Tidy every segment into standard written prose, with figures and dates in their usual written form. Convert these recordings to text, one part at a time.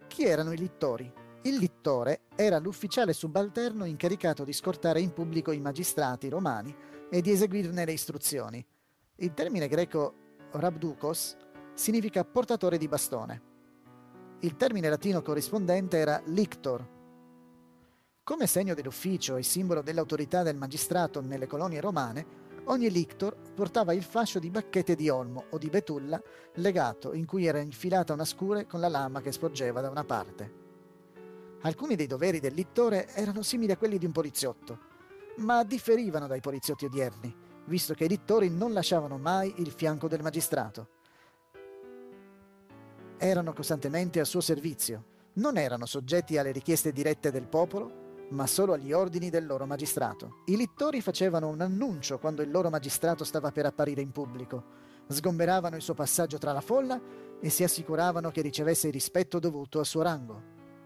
Chi erano i littori? Il littore era l'ufficiale subalterno incaricato di scortare in pubblico i magistrati romani e di eseguirne le istruzioni. Il termine greco rhabdukos significa portatore di bastone. Il termine latino corrispondente era lictor. Come segno dell'ufficio e simbolo dell'autorità del magistrato nelle colonie romane, ogni lictor portava il fascio di bacchette di olmo o di betulla legato in cui era infilata una scure con la lama che sporgeva da una parte. Alcuni dei doveri del littore erano simili a quelli di un poliziotto, ma differivano dai poliziotti odierni, visto che i littori non lasciavano mai il fianco del magistrato. Erano costantemente a suo servizio, non erano soggetti alle richieste dirette del popolo, ma solo agli ordini del loro magistrato. I littori facevano un annuncio quando il loro magistrato stava per apparire in pubblico, sgomberavano il suo passaggio tra la folla e si assicuravano che ricevesse il rispetto dovuto al suo rango.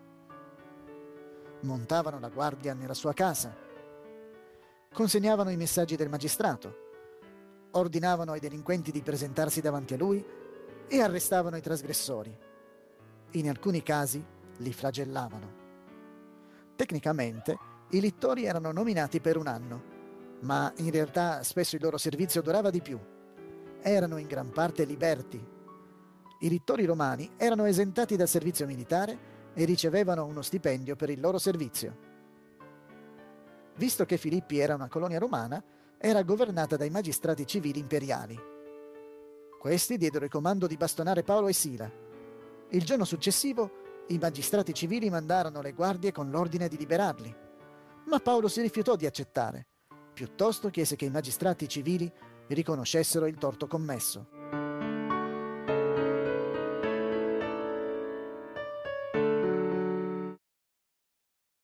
Montavano la guardia nella sua casa, consegnavano i messaggi del magistrato, ordinavano ai delinquenti di presentarsi davanti a lui e arrestavano i trasgressori. In alcuni casi li flagellavano. Tecnicamente, i littori erano nominati per un anno, ma in realtà spesso il loro servizio durava di più. Erano in gran parte liberti. I littori romani erano esentati dal servizio militare e ricevevano uno stipendio per il loro servizio. Visto che Filippi era una colonia romana, era governata dai magistrati civili imperiali. Questi diedero il comando di bastonare Paolo e Sila. Il giorno successivo, i magistrati civili mandarono le guardie con l'ordine di liberarli, ma Paolo si rifiutò di accettare. Piuttosto chiese che i magistrati civili riconoscessero il torto commesso.